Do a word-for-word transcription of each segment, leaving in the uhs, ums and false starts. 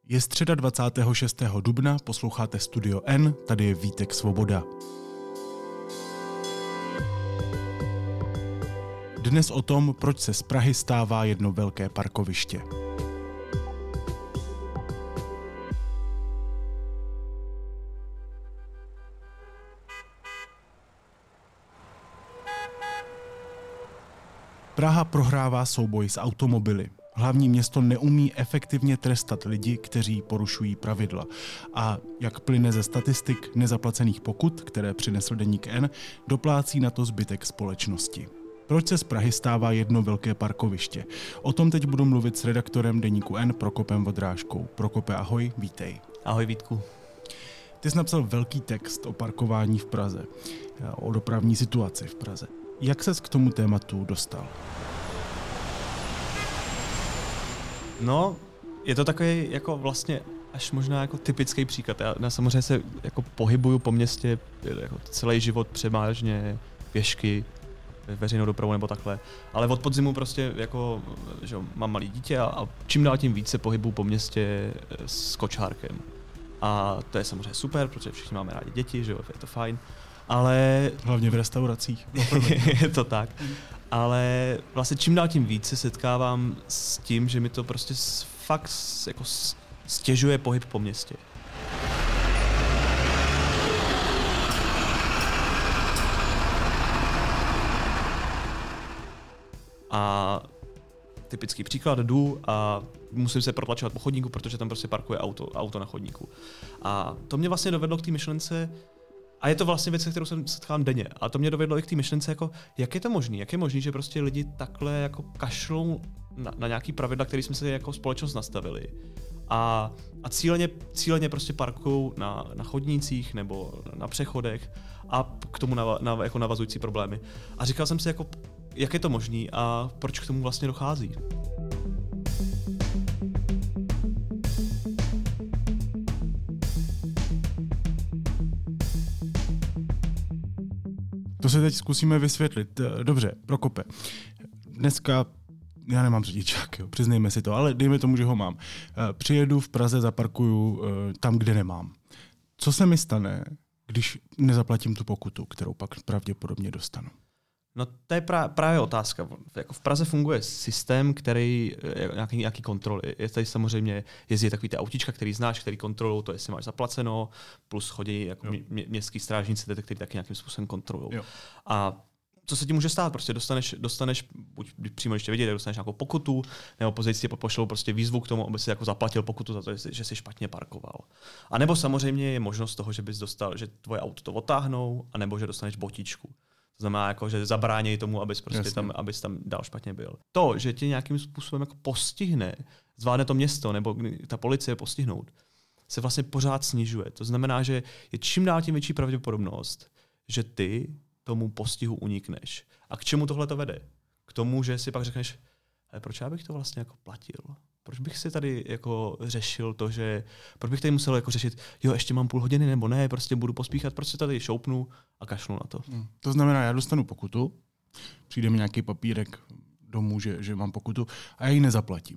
Je středa dvacátého šestého dubna, posloucháte Studio N, tady je Vítek Svoboda. Dnes o tom, proč se z Prahy stává jedno velké parkoviště. Praha prohrává souboj s automobily. Hlavní město neumí efektivně trestat lidi, kteří porušují pravidla. A jak plyne ze statistik nezaplacených pokut, které přinesl deník N, doplácí na to zbytek společnosti. Proč se z Prahy stává jedno velké parkoviště? O tom teď budu mluvit s redaktorem deníku N Prokopem Vodrážkou. Prokope, ahoj, vítej. Ahoj, Vítku. Ty jsi napsal velký text o parkování v Praze, o dopravní situaci v Praze. Jak ses k tomu tématu dostal? No, je to takový jako vlastně až možná jako typický příklad. Já, já samozřejmě se jako pohybuju po městě jako celý život převážně pěšky, veřejnou dopravu nebo takhle. Ale od podzimu prostě jako, že mám malý dítě a, a čím dál tím víc se pohybuju po městě s kočárkem. A to je samozřejmě super, protože všichni máme rádi děti, že jo, je to fajn. Ale... Hlavně v restauracích. Je to tak. Ale vlastně čím dál tím víc se setkávám s tím, že mi to prostě fakt jako stěžuje pohyb po městě. A typický příklad, jdu a musím se protlačovat po chodníku, protože tam prostě parkuje auto, auto na chodníku. A to mě vlastně dovedlo k té myšlence, a je to vlastně věc, se kterou jsem setkám denně. A to mě dovedlo i k té myšlence, jako, jak je to možné? Jak je možné, že prostě lidi takhle jako kašlou na, na nějaký pravidla, které jsme si jako společnost nastavili. A, a cíleně, cíleně prostě parkují na, na chodnících nebo na přechodech a k tomu nava, nav, jako navazující problémy. A říkal jsem si, jako, jak je to možné a proč k tomu vlastně dochází. To se teď zkusíme vysvětlit. Dobře, Prokope. Dneska, já nemám řidičák, jo, přiznejme si to, ale dejme tomu, že ho mám. Přijedu v Praze, zaparkuju tam, kde nemám. Co se mi stane, když nezaplatím tu pokutu, kterou pak pravděpodobně dostanu? No to je právě otázka. Jako v Praze funguje systém, který nějaký, nějaký kontroly. Je tady samozřejmě jezdí takový ty autíčka, který znáš, který kontrolují to, jestli máš zaplaceno, plus chodí jako mě, městský strážníci, kteří taky nějakým způsobem kontrolují. A co se ti může stát? Prostě dostaneš, dostaneš buď přímo ještě vidět, dostaneš nějakou pokutu, nebo později ti pošlou prostě výzvu k tomu, aby si jako zaplatil pokutu za to, že jsi špatně parkoval. A nebo samozřejmě je možnost toho, že bys dostal, že tvoje auto to odtáhnou, a nebo že dostaneš botičku. To znamená, jako, že zabránějí tomu, abys, prostě tam, abys tam dál špatně byl. To, že tě nějakým způsobem jako postihne, zvládne to město, nebo ta policie postihnout, se vlastně pořád snižuje. To znamená, že je čím dál tím větší pravděpodobnost, že ty tomu postihu unikneš. A k čemu tohle to vede? K tomu, že si pak řekneš, ale proč já bych to vlastně jako platil? Proč bych si tady jako řešil to, že proč bych tady musel jako řešit, jo, ještě mám půl hodiny nebo ne, prostě budu pospíchat, prostě tady šoupnu a kašlu na to. Hmm. To znamená, já dostanu pokutu, přijde mi nějaký papírek domů, že, že mám pokutu a já ji nezaplatím.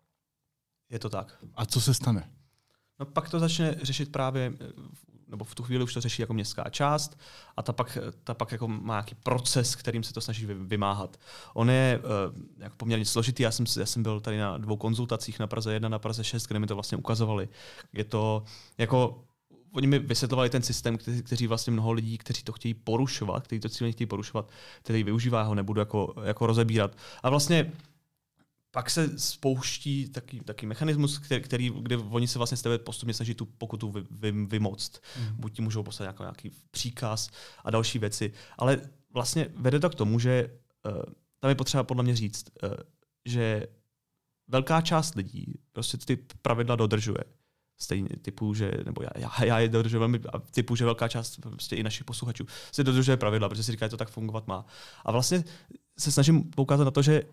Je to tak. A co se stane? No pak to začne řešit právě, nebo v tu chvíli už to řeší jako městská část a ta pak, ta pak jako má nějaký proces, kterým se to snaží vymáhat. On je uh, jako poměrně složitý, já jsem, já jsem byl tady na dvou konzultacích na Praze jedna, na Praze šest, kde mi to vlastně ukazovali. Je to jako, oni mi vysvětlovali ten systém, kteří, kteří vlastně mnoho lidí, kteří to chtějí porušovat, kteří to cíleně chtějí porušovat, který využívá, ho nebudu jako, jako rozebírat. A vlastně pak se spouští taký, taký mechanismus, který, který, kde oni se vlastně z tebe postupně snaží tu pokutu vy, vy, vymoct. Mm. Buď ti můžou poslat nějaký, nějaký příkaz a další věci. Ale vlastně vede to k tomu, že uh, tam je potřeba podle mě říct, uh, že velká část lidí prostě ty pravidla dodržuje. Stejně typu, že, nebo já, já, já je dodržuji velmi, a typu, že velká část prostě i našich posluchačů se dodržuje pravidla, protože si říká, že to tak fungovat má. A vlastně se snažím poukázat na to, že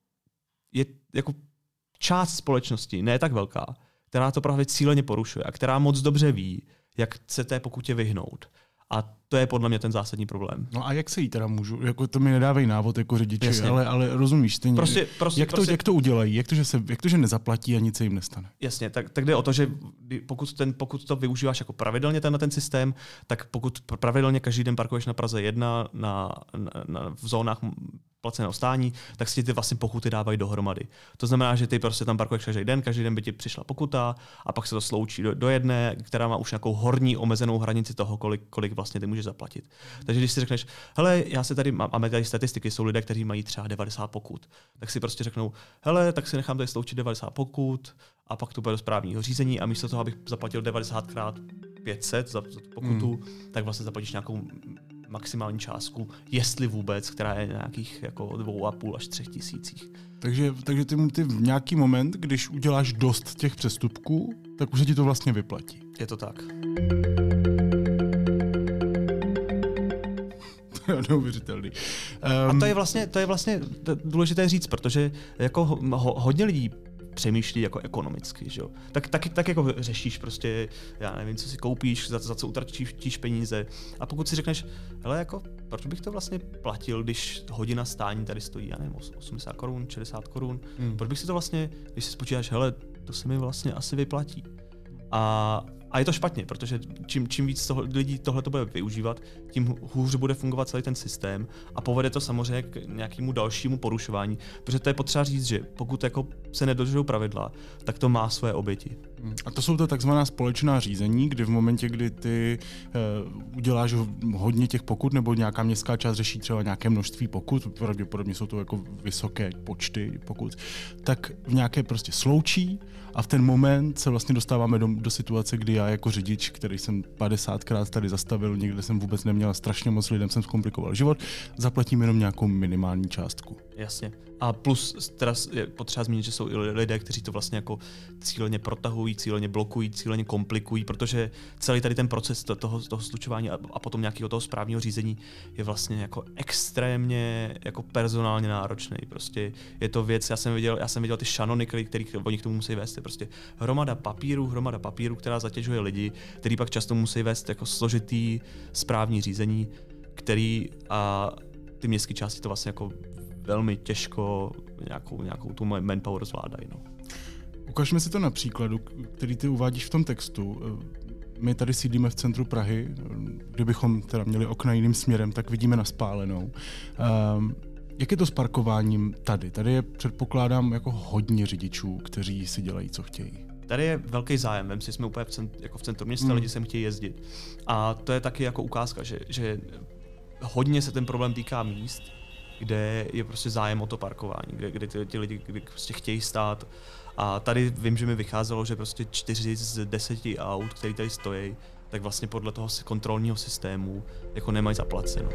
je jako část společnosti, ne tak velká, která to právě cíleně porušuje a která moc dobře ví, jak se té pokutě vyhnout. A to je podle mě ten zásadní problém. No a jak se jí teda můžu? Jako to mi nedávají návod jako řidiči, ale, ale rozumíš stejně. Prostě, prostě, jak, to, prostě, jak to udělají? Jak to, že se, jak to, že nezaplatí a nic se jim nestane? Jasně, tak, tak jde o to, že pokud, ten, pokud to využíváš jako pravidelně ten, ten systém, tak pokud pravidelně každý den parkuješ na Praze jedna na, na, na, v zónách placeného stání, tak si ty vlastně pokuty dávají dohromady. To znamená, že ty prostě tam parkuješ každý den, každý den by ti přišla pokuta a pak se to sloučí do, do jedné, která má už nějakou horní omezenou hranici toho, kolik, kolik vlastně ty můžeš zaplatit. Takže když si řekneš, hele, já se tady mám, máme tady statistiky, jsou lidé, kteří mají třeba devadesát pokut, tak si prostě řeknou, hele, tak si nechám tady sloučit devadesát pokut a pak to bude do správního řízení a místo toho, abych zaplatil devadesát krát pět set za, za tu pokutu, hmm. tak vlastně zaplatíš nějakou maximální částku, jestli vůbec, která je nějakých jako dvou a půl až třech tisících. Takže, takže ty, ty v nějaký moment, když uděláš dost těch přestupků, tak už se ti to vlastně vyplatí. Je to tak. Neuvěřitelný. Um, a to je vlastně, to je vlastně důležité říct, protože jako ho, hodně lidí přemýšlí jako ekonomicky, že jo. Tak, tak, tak jako řešíš prostě, já nevím, co si koupíš, za, za co utratíš peníze. A pokud si řekneš, hele, jako, proč bych to vlastně platil, když hodina stání tady stojí, já nevím, osmdesát korun, šedesát korun. Hmm. Proč bych si to vlastně, když si spočítáš, hele, to se mi vlastně asi vyplatí. A A je to špatně, protože čím, čím víc toho, lidí tohle to bude využívat, tím hůř bude fungovat celý ten systém a povede to samozřejmě k nějakému dalšímu porušování, protože to je potřeba říct, že pokud jako se nedodržují pravidla, tak to má své oběti. A to jsou to takzvaná společná řízení, kdy v momentě, kdy ty uh, uděláš hodně těch pokut, nebo nějaká městská část řeší třeba nějaké množství pokut, pravděpodobně jsou to jako vysoké počty pokut, tak v nějaké prostě sloučí a v ten moment se vlastně dostáváme do, do situace, kdy já jako řidič, který jsem padesátkrát tady zastavil, někde jsem vůbec neměl, strašně moc lidem jsem zkomplikoval život, zaplatím jenom nějakou minimální částku. Jasně. A plus teda je potřeba zmínit, že jsou i lidé, kteří to vlastně jako cíleně protahují, cíleně blokují, cíleně komplikují, protože celý tady ten proces toho, toho slučování a, a potom nějakého toho správního řízení je vlastně jako extrémně jako personálně náročný. Prostě je to věc, já jsem viděl, já jsem viděl ty šanony, který, který oni k tomu musí vést. Je prostě hromada papíru, hromada papíru, která zatěžuje lidi, který pak často musí vést jako složitý správní řízení, který a ty městské části to vlastně jako velmi těžko nějakou, nějakou tu manpower zvládají. No. Ukažme si to na příkladu, který ty uvádíš v tom textu. My tady sídlíme v centru Prahy, kdybychom teda měli okna jiným směrem, tak vidíme na Spálenou. Um, jak je to s parkováním tady? Tady je, předpokládám, jako hodně řidičů, kteří si dělají, co chtějí. Tady je velký zájem, vem si, jsme úplně v, cent, jako v centru města, hmm. lidi sem chtějí jezdit. A to je taky jako ukázka, že, že hodně se ten problém týká míst, kde je prostě zájem o to parkování, kde, kde ty, ty lidi kde prostě chtějí stát. A tady vím, že mi vycházelo, že prostě čtyři z deseti aut, které tady stojí, tak vlastně podle toho kontrolního systému jako nemají zaplaceno.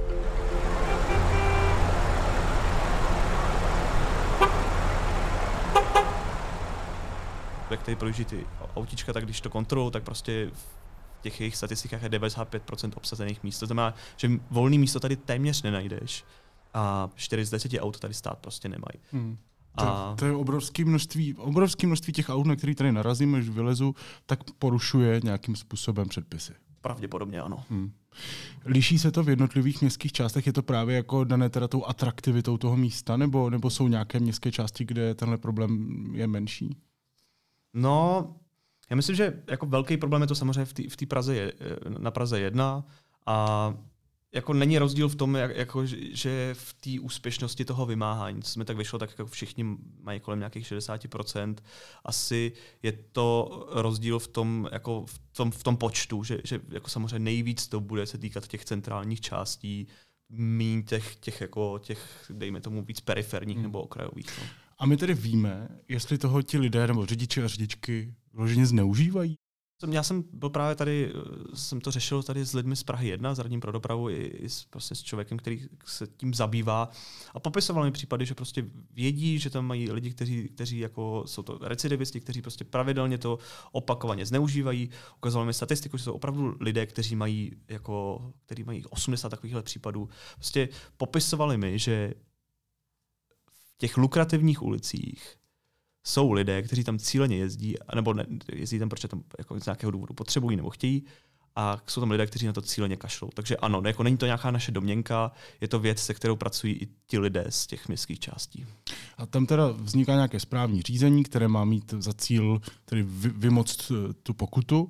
Jak tady projíždí ty autíčka, tak když to kontrolují, tak prostě v těch jejich statistikách je devadesát pět procent obsazených míst. To znamená, že volný místo tady téměř nenajdeš. A čtyři z deseti aut tady stát prostě nemají. Hmm. To, a... to je obrovské množství, obrovské množství těch aut, na který tady narazím, až vylezu, tak porušuje nějakým způsobem předpisy. Pravděpodobně ano. Hmm. Liší se to v jednotlivých městských částech? Je to právě jako dané teda tou atraktivitou toho místa, nebo, nebo jsou nějaké městské části, kde tenhle problém je menší? No, já myslím, že jako velký problém je to samozřejmě v té v té Praze je, na Praze jedna a jako není rozdíl v tom, jak, jako, že v té úspěšnosti toho vymáhání, co jsme tak vyšlo, tak jako všichni mají kolem nějakých šedesát procent. Asi je to rozdíl v tom, jako v tom, v tom počtu, že, že jako samozřejmě nejvíc to bude se týkat těch centrálních částí, míň těch, těch, jako, těch, dejme tomu, víc periferních hmm. nebo okrajových. No. A my tedy víme, jestli toho ti lidé nebo řidiči a řidičky vloženě zneužívají? Já jsem byl právě tady, jsem to řešil tady s lidmi z Prahy jedna, s radním pro dopravu, i, i s, prostě s člověkem, který se tím zabývá a popisoval mi případy, že prostě vědí, že tam mají lidi, kteří, kteří jako jsou to recidivisti, kteří prostě pravidelně to opakovaně zneužívají. Ukazoval mi statistiku, že jsou opravdu lidé, kteří mají jako, kteří mají osmdesát takovýchhle případů. Prostě popisovali mi, že v těch lukrativních ulicích jsou lidé, kteří tam cíleně jezdí, nebo ne, jezdí tam, protože tam jako z nějakého důvodu potřebují nebo chtějí, a jsou tam lidé, kteří na to cíleně kašlou. Takže ano, jako není to nějaká naše domněnka, je to věc, se kterou pracují i ti lidé z těch městských částí. A tam teda vzniká nějaké správní řízení, které má mít za cíl tedy vy, vymoct tu pokutu.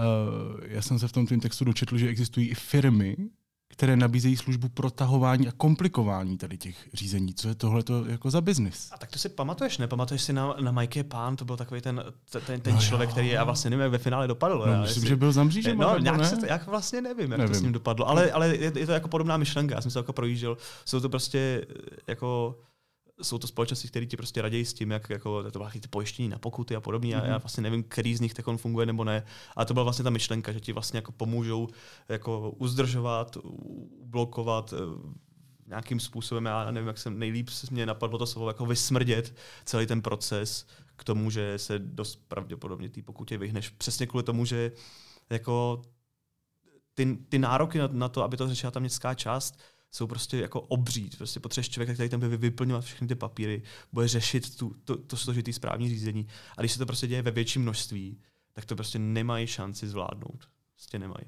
Já jsem se v tom tvým textu dočetl, že existují i firmy, které nabízejí službu protahování a komplikování tady těch řízení. Co je tohleto jako za biznis? A tak to si pamatuješ, ne? Pamatuješ si na, na Mikey Pán, to byl takový ten, ten, ten no člověk, jo. který já vlastně nevím, jak ve finále dopadl. No, já, myslím, jestli, že byl za mřížem. No, nějak ne? se to, jak vlastně nevím, jak nevím. to s ním dopadlo, ale, ale je, je to jako podobná myšlenka, já jsem se jako projížděl. Jsou to prostě jako... Jsou to společnosti, které ti prostě raději s tím, jak jako, to byla ty pojištění na pokuty a podobně. Mm-hmm. Já vlastně nevím, který z nich takon funguje nebo ne. Ale to byla vlastně ta myšlenka, že ti vlastně jako pomůžou jako uzdržovat, ublokovat nějakým způsobem. Já nevím, jak jsem nejlíp mě napadlo to slovo, jako vysmrdět celý ten proces k tomu, že se dost pravděpodobně té pokutě vyhneš. Přesně kvůli tomu, že jako ty, ty nároky na, na to, aby to řešila ta městská část, jsou prostě jako obří. Prostě potřebuješ člověka, který tam bude vyplňovat všechny ty papíry, bude řešit tu, to, to složitý správní řízení. A když se to prostě děje ve větším množství, tak to prostě nemají šanci zvládnout. Prostě nemají.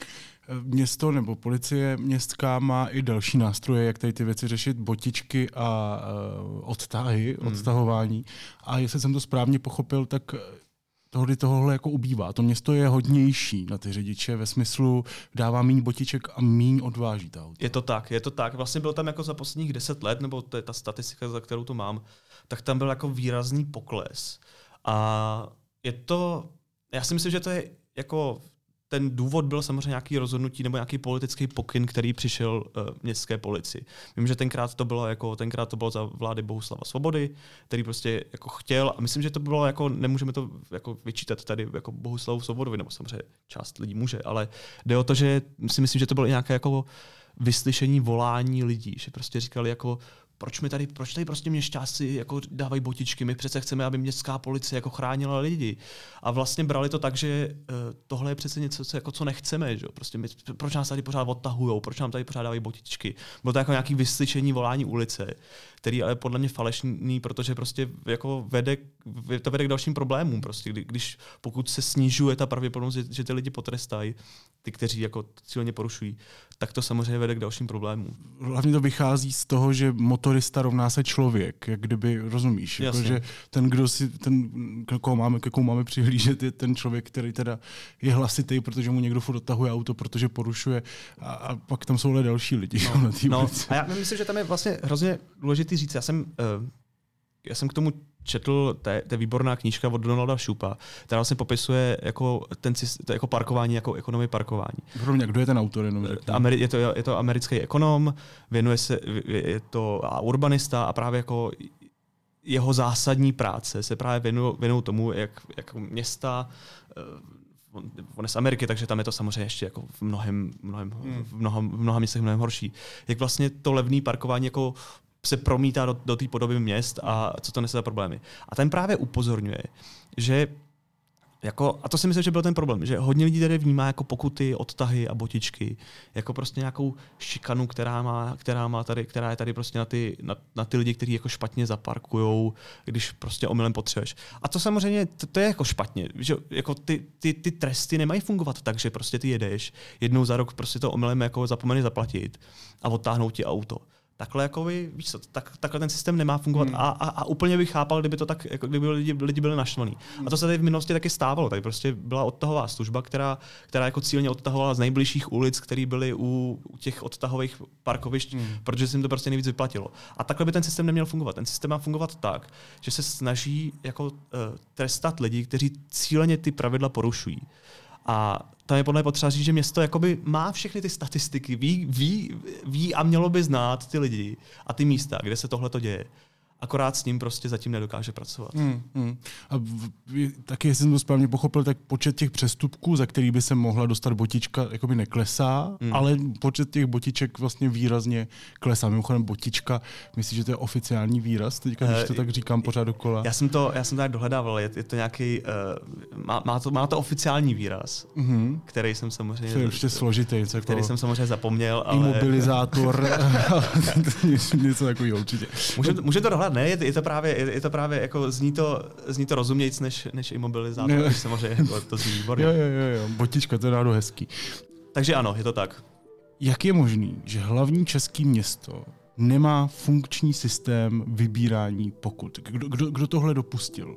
Město nebo policie městská má i další nástroje, jak tady ty věci řešit, botičky a uh, odtahy, hmm. odtahování. A jestli jsem to správně pochopil, tak tohle tohle jako ubývá. To město je hodnější na ty řidiče ve smyslu dává míň botiček a míň odváží ta auta. Je to tak, je to tak. Vlastně byl tam jako za posledních deset let, nebo to je ta statistika, za kterou to mám, tak tam byl jako výrazný pokles. A je to, já si myslím, že to je jako ten důvod byl samozřejmě nějaký rozhodnutí nebo nějaký politický pokyn, který přišel uh, městské policii. Vím, že tenkrát to bylo jako tenkrát to bylo za vlády Bohuslava Svobody, který prostě jako chtěl a myslím, že to bylo jako nemůžeme to jako vyčítat tady jako Bohuslavu Svobodovi, nebo samozřejmě část lidí může, ale jde o to, že si myslím, že to bylo nějaké jako vyslyšení volání lidí, že prostě říkali jako proč mi tady, proč tady prostě měšťáci jako dávají botičky, my přece chceme, aby městská policie jako chránila lidi. A vlastně brali to tak, že uh, tohle je přece něco, co, jako, co nechceme, že? Prostě my, proč nás tady pořád odtahujou, proč nám tady pořád dávají botičky. Bylo to jako nějaký vyslyšení volání ulice, který ale podle mě falešný, protože prostě jako vede, to vede k dalším problémům. Prostě, kdy, když pokud se snižuje ta pravděpodobnost, že, že ty lidi potrestají, ty, kteří jako cíleně porušují, tak to samozřejmě vede k dalším problémům. Hlavně to vychází z toho, že motorista rovná se člověk, jak kdyby, rozumíš, jako, že ten, kdo si, ten, k koho máme, k komu máme přihlížet, je ten člověk, který teda je hlasitý, protože mu někdo furt dotahuje auto, protože porušuje a, a pak tam jsou další lidi. No, na té no. ulici. A já myslím, že tam je vlastně hrozně důležitý říct, já jsem, uh, já jsem k tomu četl, to je výborná knížka od Donalda Shoupa, která vlastně popisuje jako, ten, jako parkování, jako ekonomii parkování. Pro kdo je ten autor? Jenom Ameri- je, to, je to americký ekonom, věnuje se, je to a urbanista a právě jako jeho zásadní práce se právě věnují věnují tomu, jak, jak města, on, on je z Ameriky, takže tam je to samozřejmě ještě jako v mnohem, mnohem, hmm. v mnoha, v mnoha městech mnohem horší. Jak vlastně to levné parkování jako se promítá do, do té podoby měst a co to nese za problémy. A ten právě upozorňuje, že jako, a to si myslím, že byl ten problém, že hodně lidí tady vnímá jako pokuty, odtahy a botičky, jako prostě nějakou šikanu, která má, která má tady, která je tady prostě na ty, na, na ty lidi, kteří jako špatně zaparkujou, když prostě omylem potřebuješ. A to samozřejmě, to, to je jako špatně, že jako ty, ty, ty tresty nemají fungovat tak, že prostě ty jedeš, jednou za rok prostě to omylem jako zapomeneš zaplatit a odtáhnou ti auto. Takhle, jako by, víš co, tak, takhle ten systém nemá fungovat hmm. a, a, a úplně bych chápal, kdyby to tak, jako kdyby lidi, lidi byli naštvaní. Hmm. A to se tady v minulosti taky stávalo. Tady prostě byla odtahová služba, která, která jako cílně odtahovala z nejbližších ulic, které byly u, u těch odtahových parkovišť, hmm. protože se jim to prostě nejvíc vyplatilo. A takhle by ten systém neměl fungovat. Ten systém má fungovat tak, že se snaží jako, uh, trestat lidi, kteří cíleně ty pravidla porušují. A tam je podle mě potřeba říct, že město jakoby má všechny ty statistiky, ví, ví, ví a mělo by znát ty lidi a ty místa, kde se tohle to děje. Akorát s ním prostě zatím nedokáže pracovat. Hmm, hmm. A v, taky, jestli jsem to správně pochopil, tak počet těch přestupků, za který by se mohla dostat botička, jakoby neklesá, hmm. ale počet těch botiček vlastně výrazně klesá. Mimochodem botička, myslím, že to je oficiální výraz, teďka, když to tak říkám pořád dokola. Já jsem to, já jsem to tak dohledával, je, je to nějaký, uh, má, má, to, má to oficiální výraz, hmm. který jsem samozřejmě... To je ještě složitý. Který jako jsem samozřejmě zapomněl, ale... Imobilizátor, něco takového určitě. Můžeme může to dohledat. ne, je, je to právě, je, je to právě jako zní to, zní to rozumějc než, než imobilizátor, když samozřejmě jako to zní výborně. Jo, jo, jo, jo, botička, to je náhodou hezký. Takže ano, je to tak. Jak je možný, že hlavní české město nemá funkční systém vybírání pokut? Kdo, kdo, kdo tohle dopustil?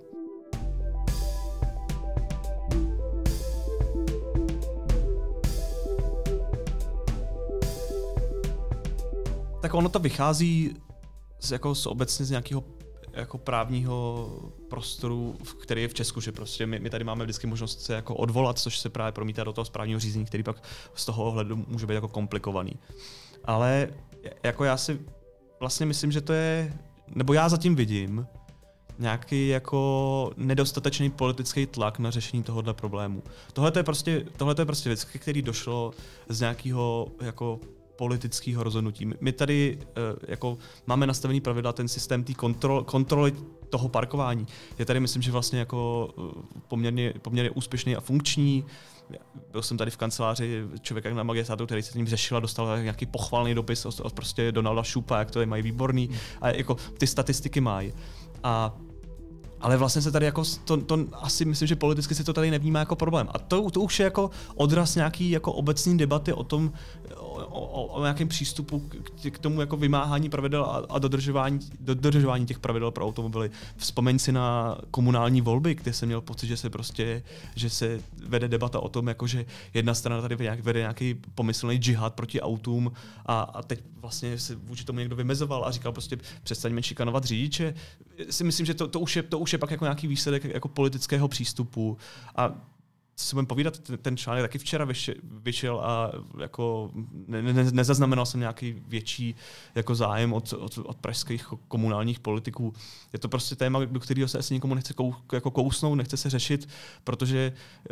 Tak ono to vychází z, jako z obecně z nějakého jako právního prostoru, který je v Česku, že prostě my, my tady máme vždycky možnost se jako odvolat, což se právě promítá do toho správního řízení, který pak z toho ohledu může být jako komplikovaný. Ale jako já si vlastně myslím, že to je, nebo já zatím vidím nějaký jako nedostatečný politický tlak na řešení tohohle problému. Tohle je prostě, tohle je prostě věc, který došlo z nějakého jako politického rozhodnutí. My tady uh, jako máme nastavený pravidla, ten systém té kontrol, kontroly toho parkování je tady, myslím, že vlastně jako uh, poměrně, poměrně úspěšný a funkční. Byl jsem tady v kanceláři člověka na magistrátu, který se tím řešil a dostal nějaký pochvalný dopis od, od prostě Donalda Šupa, jak to je, mají výborný. A jako ty statistiky mají. A ale vlastně se tady jako, to, to asi myslím, že politicky se to tady nevnímá jako problém. A to, to už je jako odraz nějaký jako obecní debaty o tom, o, o, o nějakém přístupu k, k tomu jako vymáhání pravidel a, a dodržování, dodržování těch pravidel pro automobily. Vzpomeň si na komunální volby, kde jsem měl pocit, že se prostě, že se vede debata o tom, jako že jedna strana tady vede nějaký pomyslný džihad proti autům a, a teď vlastně se vůči tomu někdo vymezoval a říkal prostě přestaňme šikanovat řidiče. Si myslím, že to, to už je, to už je pak jako nějaký výsledek jako politického přístupu. A co si budeme povídat, ten článek taky včera vyšel a jako ne, ne, nezaznamenal jsem nějaký větší jako zájem od, od, od pražských komunálních politiků. Je to prostě téma, do kterého se asi nikomu nechce kou, jako kousnout, nechce se řešit, protože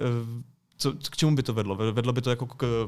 co, k čemu by to vedlo? Vedlo by to jako k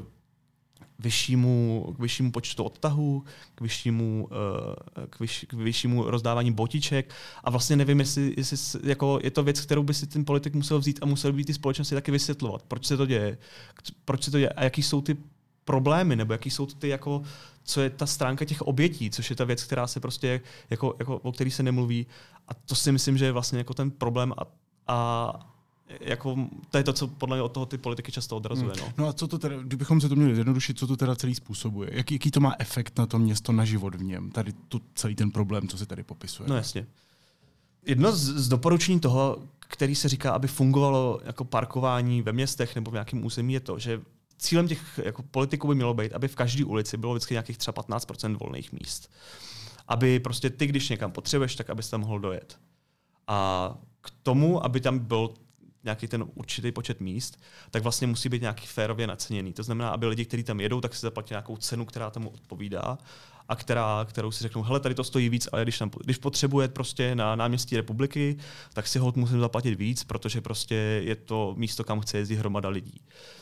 vyššímu, k vyššímu počtu odtahů, k vyššímu, k, vyš, k vyššímu rozdávání botiček a vlastně nevím, jestli, jestli jako je to věc, kterou by si ten politik musel vzít a musel by ty společnosti taky vysvětlovat, proč se to děje, proč se to děje a jaký jsou ty problémy, nebo jaký jsou ty jako, co je ta stránka těch obětí, což je ta věc, která se prostě jako, jako o který se nemluví a to si myslím, že je vlastně jako ten problém a, a jako, to je to, co podle mě od toho ty politiky často odrazuje. No, no a co to teda, kdybychom se to měli zjednodušit, co to teda celý způsobuje? Jak, jaký to má efekt na to město, na život v něm? Tady to, celý ten problém, co se tady popisuje. No jasně. Jedno z, z doporučení toho, který se říká, aby fungovalo jako parkování ve městech nebo v nějakém území, je to, že cílem těch jako politiků by mělo být, aby v každé ulici bylo vždycky nějakých třeba patnáct procent volných míst. Aby prostě ty, když někam potřebuješ, tak abys tam mohl dojet. A k tomu, aby tam byl nějaký ten určitý počet míst, tak vlastně musí být nějaký férově naceněný. To znamená, aby lidi, kteří tam jedou, tak si zaplatí nějakou cenu, která tomu odpovídá a která, kterou si řeknou, hele, tady to stojí víc, ale když, tam, když potřebuje prostě na náměstí republiky, tak si ho musím zaplatit víc, protože prostě je to místo, kam chce jezdit hromada lidí.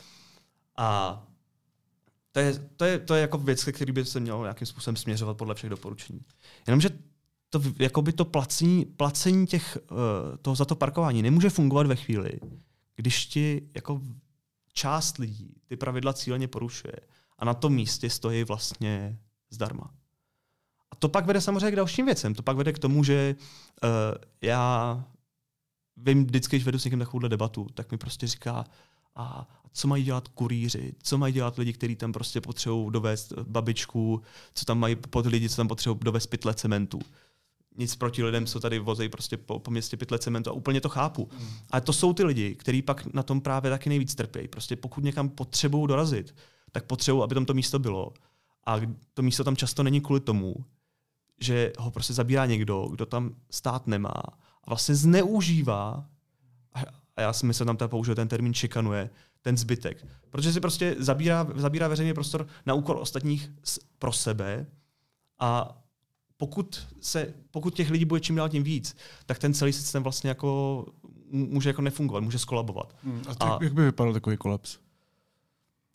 A to je, to je, to je jako věc, který by se mělo nějakým způsobem směřovat podle všech doporučení. Jenomže to, jakoby to placení, placení těch, uh, toho za to parkování nemůže fungovat ve chvíli, když ti jako část lidí ty pravidla cíleně porušuje a na tom místě stojí vlastně zdarma. A to pak vede samozřejmě k dalším věcem. To pak vede k tomu, že uh, já vím vždycky, když vedu s někým takovouhle debatu, tak mi prostě říká, a co mají dělat kurýři, co mají dělat lidi, kteří tam prostě potřebují dovést babičku, co tam mají pod lidi, co tam potřebují dovést pytle cementu. Nic proti lidem, co tady vozejí prostě po, po městě pytle cementu a úplně to chápu. Mm. Ale to jsou ty lidi, kteří pak na tom právě taky nejvíc trpějí. Prostě pokud někam potřebují dorazit, tak potřebují, aby tam to místo bylo. A to místo tam často není kvůli tomu, že ho prostě zabírá někdo, kdo tam stát nemá a vlastně zneužívá, a já si myslím, že tam ta použil ten termín šikanuje, ten zbytek. Protože si prostě zabírá, zabírá veřejný prostor na úkor ostatních pro sebe a pokud, se, pokud těch lidí bude čím dál tím víc, tak ten celý systém vlastně jako může jako nefungovat, může skolabovat. Hmm, a, a jak by vypadal takový kolaps?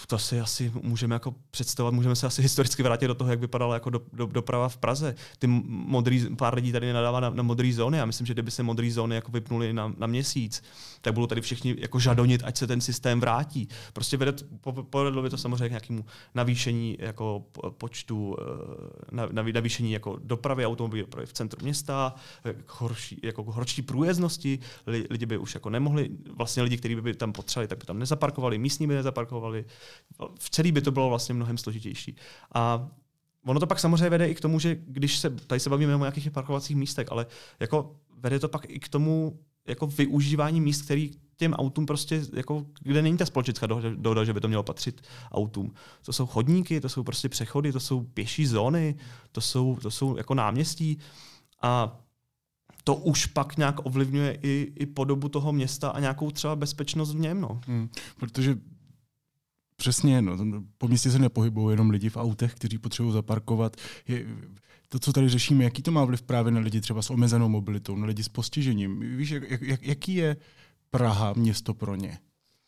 To si asi můžeme jako představovat, můžeme se asi historicky vrátit do toho, jak vypadala jako do, do, doprava v Praze. Ty modrý, pár lidí tady nadává na, na modré zóny. Já myslím, že kdyby se modré zóny jako vypnuly na, na měsíc, tak budou tady všichni jako žadonit, ať se ten systém vrátí. Prostě vede, povedlo by to samozřejmě k nějakému navýšení jako počtu, na, navýšení jako dopravy automobilů v centru města, horší, jako horší průjezdnosti. Lidi by už jako nemohli, vlastně lidi, kteří by tam potřebovali, tak by tam nezaparkovali, místní by nezaparkovali. V celý by to bylo vlastně mnohem složitější. A ono to pak samozřejmě vede i k tomu, že když se, tady se bavíme o nějakých parkovacích místech, ale jako vede to pak i k tomu jako využívání míst, který těm autům prostě, jako, kde není ta společenská dohoda, že by to mělo patřit autům. To jsou chodníky, to jsou prostě přechody, to jsou pěší zóny, to jsou, to jsou jako náměstí a to už pak nějak ovlivňuje i, i podobu toho města a nějakou třeba bezpečnost v něm. No. Hmm, protože přesně, no, po městě se nepohybují jenom lidi v autech, kteří potřebují zaparkovat. Je, to, co tady řešíme, jaký to má vliv právě na lidi třeba s omezenou mobilitou, na lidi s postižením. Víš, jak, jak, jaký je Praha město pro ně?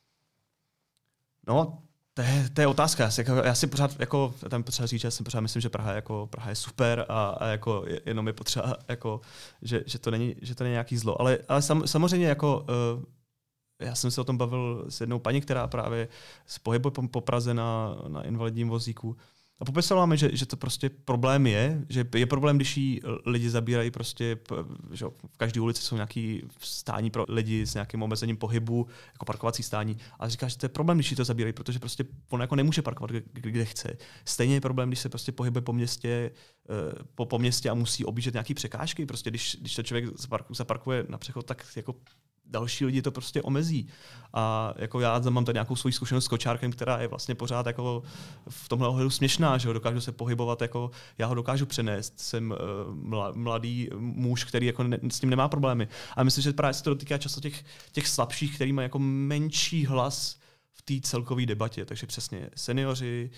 No, to je, to je otázka. Já si, jako, já si pořád, jako, tam potřeba říct, já si pořád myslím, že Praha, jako, Praha je super a, a jako, jenom je potřeba, jako, že, že, to není, že to není nějaký zlo. Ale, ale sam, samozřejmě jako, uh, já jsem se o tom bavil s jednou paní, která právě se pohybuje po, po Praze na, na invalidním vozíku. A popisovala mi, že, že to prostě problém je, že je problém, když jí lidi zabírají prostě, že v každé ulici jsou nějaký stání pro lidi s nějakým omezením pohybu, jako parkovací stání. A říká, že to je problém, když jí to zabírají, protože prostě on jako nemůže parkovat, kde chce. Stejně je problém, když se prostě pohybuje po městě, po, po městě a musí objíždět nějaký překážky. Prostě když, když to člověk zaparkuje na přechod, tak jako další lidi to prostě omezí. A jako já mám tady nějakou svoji zkušenost s kočárkem, která je vlastně pořád jako v tomhle ohledu směšná, že ho dokážu se pohybovat, jako já ho dokážu přenést. Jsem uh, mladý muž, který jako ne, s tím nemá problémy. A myslím, že právě se to dotýká často těch, těch slabších, který mají jako menší hlas v té celkové debatě. Takže přesně seniori,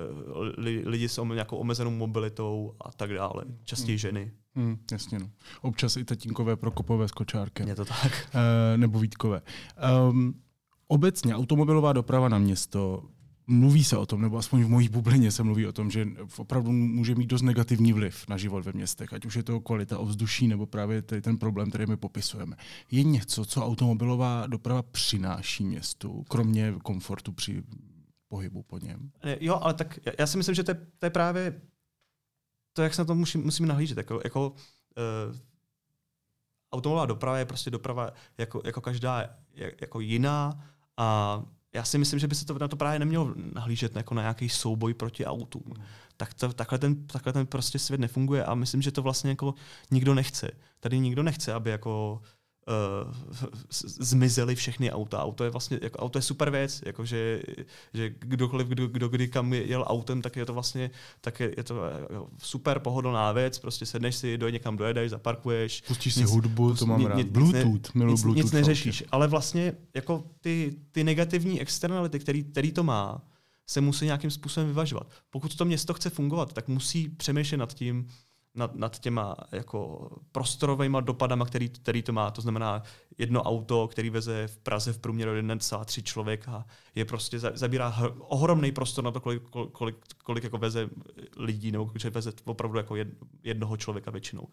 lidi s nějakou omezenou mobilitou a tak dále. Častěji ženy. Hmm, jasně, no. Občas i tatínkové prokopové s kočárkem. Je to tak. E, nebo Vítkové. Um, obecně automobilová doprava na město, mluví se o tom, nebo aspoň v mojí bublině se mluví o tom, že opravdu může mít dost negativní vliv na život ve městech, ať už je to kvalita ovzduší, nebo právě tady ten problém, který my popisujeme. Je něco, co automobilová doprava přináší městu, kromě komfortu při pohybu po něm? Jo, ale tak já si myslím, že to je, to je právě to, jak se na to musí, musíme nahlížet. Jako, jako uh, automobilová doprava je prostě doprava jako, jako každá jako jiná a já si myslím, že by se to na to právě nemělo nahlížet jako na nějaký souboj proti autům. Mm. Tak to, takhle, ten, takhle ten prostě svět nefunguje a myslím, že to vlastně jako nikdo nechce. Tady nikdo nechce, aby jako Uh, zmizely všechny auta. Auto je vlastně jako, auto je super věc, jako že, že kdokoliv, kdo, kdo kdy kam jel autem, tak je to vlastně tak je, je to super pohodlná věc, prostě sedneš si, dojde někam, dojedeš, zaparkuješ. Pustíš si nic, hudbu, pust, to mám nic, rád. Nic, Bluetooth, miluji Bluetooth. Nic neřešíš, ale vlastně jako ty, ty negativní externality, který, který to má, se musí nějakým způsobem vyvažovat. Pokud to město chce fungovat, tak musí přemýšlet nad tím, Nad, nad těma jako prostorovými dopadama, který, který to má. To znamená jedno auto, který veze v Praze v průměru jedna celá tři člověka, je prostě zabírá hr, ohromný prostor na to, kolik, kolik, kolik jako veze lidí, nebo že veze opravdu jako jed, jednoho člověka většinou.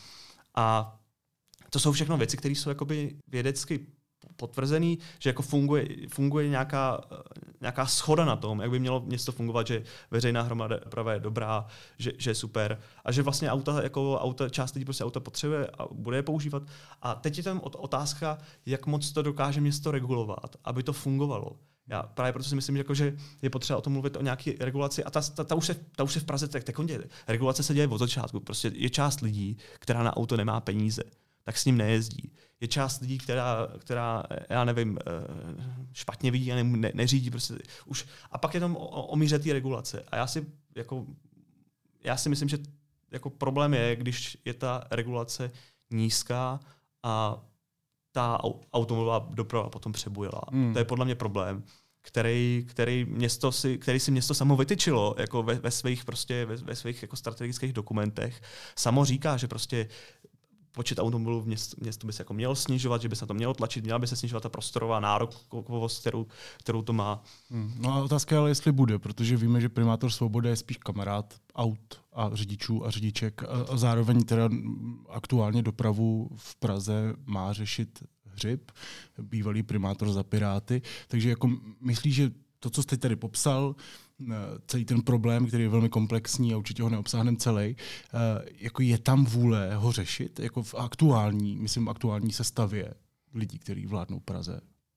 A to jsou všechno věci, které jsou jakoby vědecky potvrzený, že jako funguje, funguje nějaká, nějaká schoda na tom, jak by mělo město fungovat, že veřejná hromada doprava je dobrá, že, že je super a že vlastně auta, jako auta, část lidí prostě auta potřebuje a bude je používat. A teď je tam otázka, jak moc to dokáže město regulovat, aby to fungovalo. Já právě proto si myslím, že, jako, že je potřeba o tom mluvit o nějaké regulaci a ta, ta, ta, už, se, ta už se v Praze tak, tak děje. Regulace se děje od začátku. Prostě je část lidí, která na auto nemá peníze, tak s ním nejezdí. Je část lidí, která, která já nevím, špatně vidí a ne, ne, neřídí. Prostě už. A pak je tam o, o míře té regulace. A já si, jako, já si myslím, že jako problém je, když je ta regulace nízká a ta automobilová doprava potom přebujela. Hmm. To je podle mě problém, který, který, město si, který si město samo vytyčilo jako ve, ve svých, prostě, ve, ve svých jako strategických dokumentech. Samo říká, že prostě počet automobilů v měst, městu by se jako měl snižovat, že by se na to mělo tlačit, měla by se snižovat ta prostorová nárokovost, kterou, kterou to má. Hmm. No a otázka je ale, jestli bude, protože víme, že primátor Svoboda je spíš kamarád aut a řidičů a řidiček a zároveň teda aktuálně dopravu v Praze má řešit Hřib, bývalý primátor za Piráty. Takže jako myslí, že to, co jste tady popsal, celý ten problém, který je velmi komplexní a určitě ho neobsáhneme celý, jako je tam vůle ho řešit, jako v aktuální, myslím aktuální sestavě lidí, kteří vládnou Praze?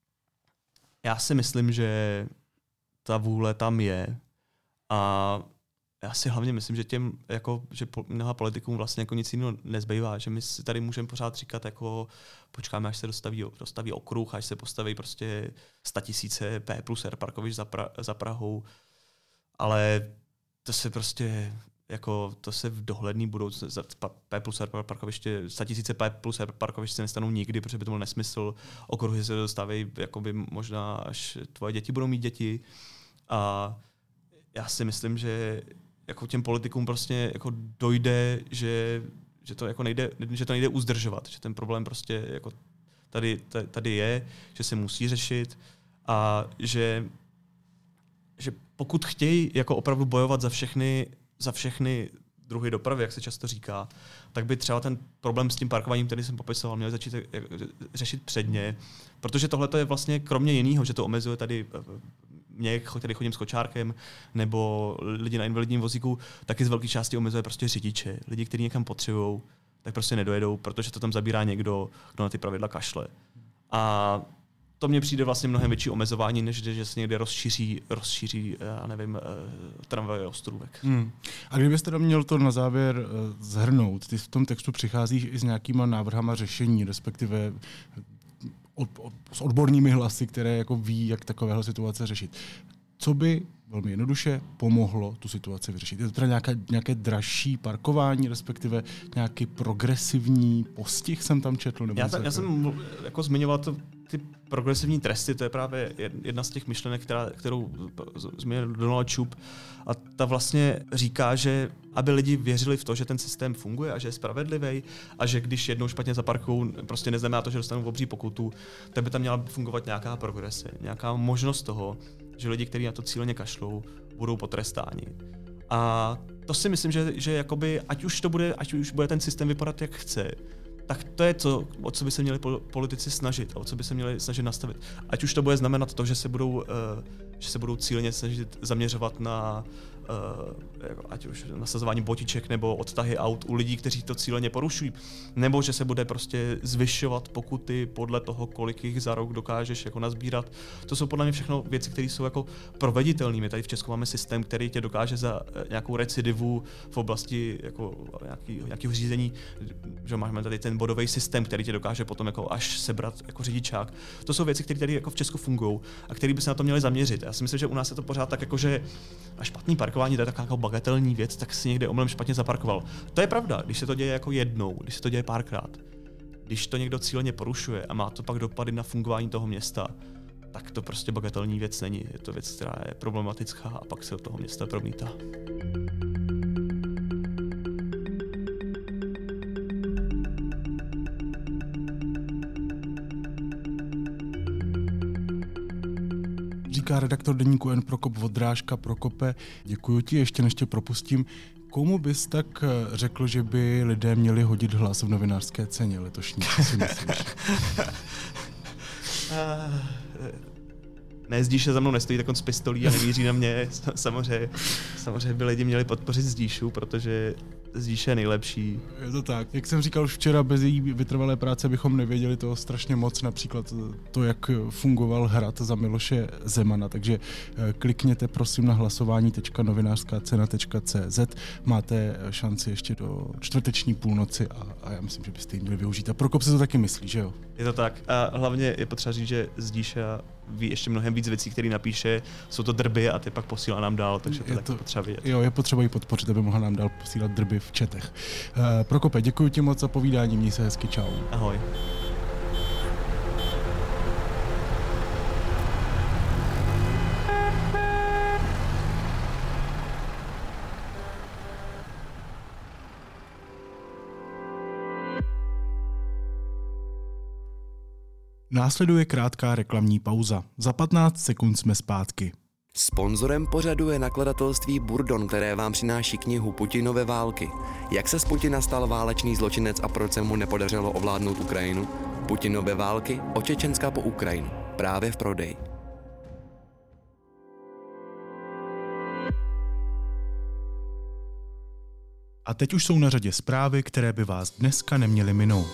Já si myslím, že ta vůle tam je a já si hlavně myslím, že těm, jako, že mnoha politikům vlastně jako nic jiného nezbývá, že my si tady můžeme pořád říkat, jako počkáme, až se dostaví, dostaví okruh, až se postaví prostě statisíce P plus R parkovišť za, pra, za Prahou, ale to se prostě jako to se v dohledný budoucnosti P plus R parkoviště, statisíce P plus R parkoviště se nestanou nikdy, protože by to byl nesmysl. Okruhy se dostávají, jakoby možná až tvoje děti budou mít děti. A já si myslím, že jako těm politikům prostě jako dojde, že, že, to jako nejde, že to nejde uzdržovat, že ten problém prostě jako tady, tady je, že se musí řešit a že, že pokud chtějí jako opravdu bojovat za všechny, za všechny druhy dopravy, jak se často říká, tak by třeba ten problém s tím parkováním, který jsem popisoval, měl začít řešit předně, protože tohle je vlastně kromě jiného, že to omezuje tady mě, který chodím s kočárkem, nebo lidi na invalidním vozíku, taky z velké části omezuje prostě řidiče. Lidi, kteří někam potřebují, tak prostě nedojedou, protože to tam zabírá někdo, kdo na ty pravidla kašle. A to mně přijde vlastně mnohem větší omezování, než že se někde rozšíří, rozšíří já nevím, tramvajový ostrůvek. Hmm. A kdybyste tam měl to na závěr zhrnout, ty v tom textu přicházíš i s nějakýma návrhama řešení, respektive od, od, s odbornými hlasy, které jako ví, jak takovéhle situace řešit. Co by velmi jednoduše pomohlo tu situaci vyřešit? Je to teda nějaké, nějaké dražší parkování, respektive nějaký progresivní postih jsem tam četl? Nebo já, ta, já jsem jako zmiňoval to, ty progresivní tresty, to je právě jedna z těch myšlenek, která, kterou zmínil Donald Trump. A ta vlastně říká, že aby lidi věřili v to, že ten systém funguje a že je spravedlivý a že když jednou špatně zaparkují, prostě neznamená to, že dostanou obří pokutu, tak by tam měla fungovat nějaká progrese, nějaká možnost toho, že lidi, kteří na to cíleně kašlou, budou potrestáni. A to si myslím, že, že jakoby, ať už to bude, ať už bude ten systém vypadat, jak chce, tak to je to, o co by se měli politici snažit, o co by se měli snažit nastavit. Ať už to bude znamenat to, že se budou, uh, že se budou cíleně snažit zaměřovat na uh, jako, ať už nasazování botiček nebo odtahy aut u lidí, kteří to cíleně porušují, nebo že se bude prostě zvyšovat pokuty podle toho, kolik jich za rok dokážeš jako nazbírat. To jsou podle mě všechno věci, které jsou jako proveditelné. My tady v Česku máme systém, který tě dokáže za nějakou recidivu v oblasti jako nějaký, nějakého řízení, že máme tady ten bodový systém, který tě dokáže potom jako až sebrat jako řidičák. To jsou věci, které tady jako v Česku fungují a které by se na to měly zaměřit. Já si myslím, že u nás je to pořád tak jako, že a špatný parkování, to je taková jako bagatelní věc, tak si někde omylem špatně zaparkoval. To je pravda, když se to děje jako jednou, když se to děje párkrát. Když to někdo cíleně porušuje a má to pak dopady na fungování toho města, tak to prostě bagatelní věc není. Je to věc, která je problematická a pak se do toho města promítá. Říká redaktor deníku N Prokop Vodrážka. Prokope, děkuji ti, ještě než tě propustím. Komu bys tak řekl, že by lidé měli hodit hlas v novinářské ceně letošní? Co si myslíš? Ne, Zdíše za mnou nestojí takon s pistolí a nemíří na mě. Samozřejmě, samozřejmě by lidi měli podpořit Zdíšu, protože Zdíše je nejlepší. Je to tak. Jak jsem říkal už včera, bez její vytrvalé práce bychom nevěděli toho strašně moc, například to, jak fungoval hrad za Miloše Zemana. Takže klikněte prosím na hlasování tečka novinářská cena tečka cé zet. Máte šanci ještě do čtvrteční půlnoci a, a já myslím, že byste ji měli využít. A Prokop si to taky myslí, že jo? Je to tak. A hlavně je potřeba říct, že Zdíša ví ještě mnohem víc věcí, které napíše, jsou to drby a ty pak posílá nám dál, takže to je taky potřeba vidět. Jo, je potřeba ji podpořit, aby mohla nám dál posílat drby v četech. Uh, Prokope, děkuji ti moc za povídání, měj se hezky, čau. Ahoj. Následuje krátká reklamní pauza. Za patnáct sekund jsme zpátky. Sponzorem pořadu je nakladatelství Burdon, které vám přináší knihu Putinovy války. Jak se z Putina stal válečný zločinec a proč se mu nepodařilo ovládnout Ukrajinu? Putinovy války od Čečenska po Ukrajinu. Právě v prodeji. A teď už jsou na řadě zprávy, které by vás dneska neměly minout.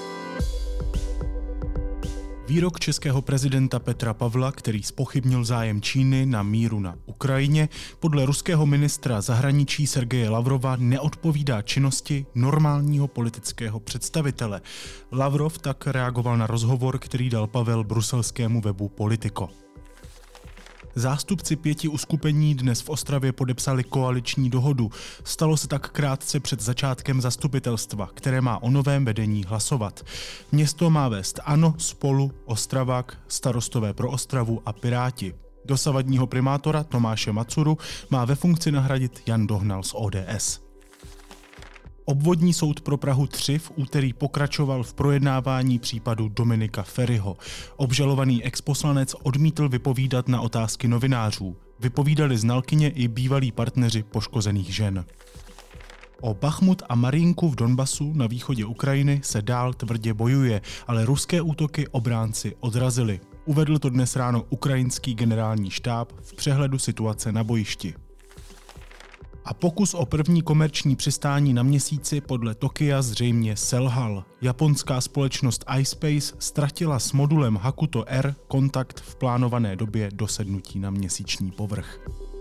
Výrok českého prezidenta Petra Pavla, který zpochybnil zájem Číny na míru na Ukrajině, podle ruského ministra zahraničí Sergeje Lavrova neodpovídá činnosti normálního politického představitele. Lavrov tak reagoval na rozhovor, který dal Pavel bruselskému webu Politico. Zástupci pěti uskupení dnes v Ostravě podepsali koaliční dohodu. Stalo se tak krátce před začátkem zastupitelstva, které má o novém vedení hlasovat. Město má vést ANO, Spolu, Ostravák, Starostové pro Ostravu a Piráti. Dosavadního primátora Tomáše Macuru má ve funkci nahradit Jan Dohnal z O D S. Obvodní soud pro Prahu tři v úterý pokračoval v projednávání případu Dominika Feriho. Obžalovaný exposlanec odmítl vypovídat na otázky novinářů. Vypovídali znalkyně i bývalí partneři poškozených žen. O Bachmut a Mariinku v Donbasu na východě Ukrajiny se dál tvrdě bojuje, ale ruské útoky obránci odrazili. Uvedl to dnes ráno ukrajinský generální štáb v přehledu situace na bojišti. A pokus o první komerční přistání na Měsíci podle Tokia zřejmě selhal. Japonská společnost iSpace ztratila s modulem Hakuto R kontakt v plánované době dosednutí na měsíční povrch.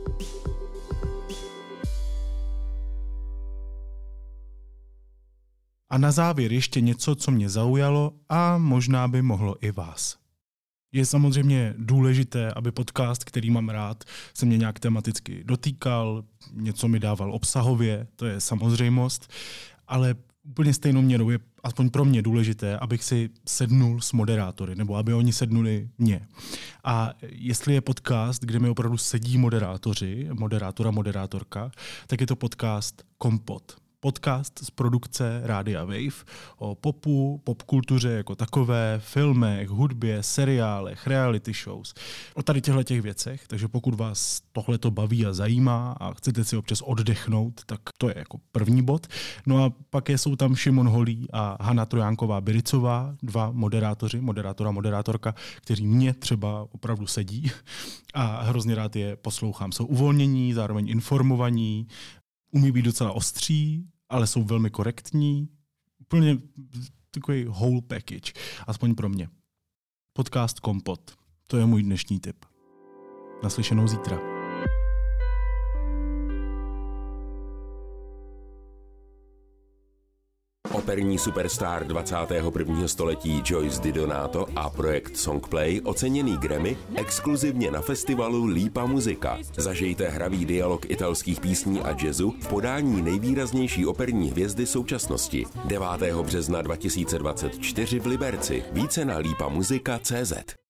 A na závěr ještě něco, co mě zaujalo a možná by mohlo i vás. Je samozřejmě důležité, aby podcast, který mám rád, se mě nějak tematicky dotýkal, něco mi dával obsahově, to je samozřejmost, ale úplně stejnou měrou je aspoň pro mě důležité, abych si sednul s moderátory, nebo aby oni sednuli mě. A jestli je podcast, kde mi opravdu sedí moderátoři, moderátora, moderátorka, tak je to podcast Kompot. Podcast z produkce Rádia Wave o popu, popkultuře jako takové, filmech, hudbě, seriálech, reality shows. O tady těchto těch věcech, takže pokud vás tohle to baví a zajímá a chcete si občas oddechnout, tak to je jako první bod. No a pak jsou tam Šimon Holý a Hana Trojanková-Biricová, dva moderátoři, moderátora, moderátorka, kteří mě třeba opravdu sedí a hrozně rád je poslouchám. Jsou uvolnění, zároveň informovaní, umí být docela ostří, ale jsou velmi korektní. Úplně takový whole package, aspoň pro mě. Podcast Kompot. To je můj dnešní tip. Naslyšenou zítra. Operní superstar dvacátého prvního století Joyce DiDonato a projekt Songplay oceněný Grammy exkluzivně na festivalu Lípa Muzika. Zažijte hravý dialog italských písní a jazzu v podání nejvýraznější operní hvězdy současnosti. devátého března dva tisíce dvacet čtyři v Liberci. Více na lípa muzika tečka cé zet.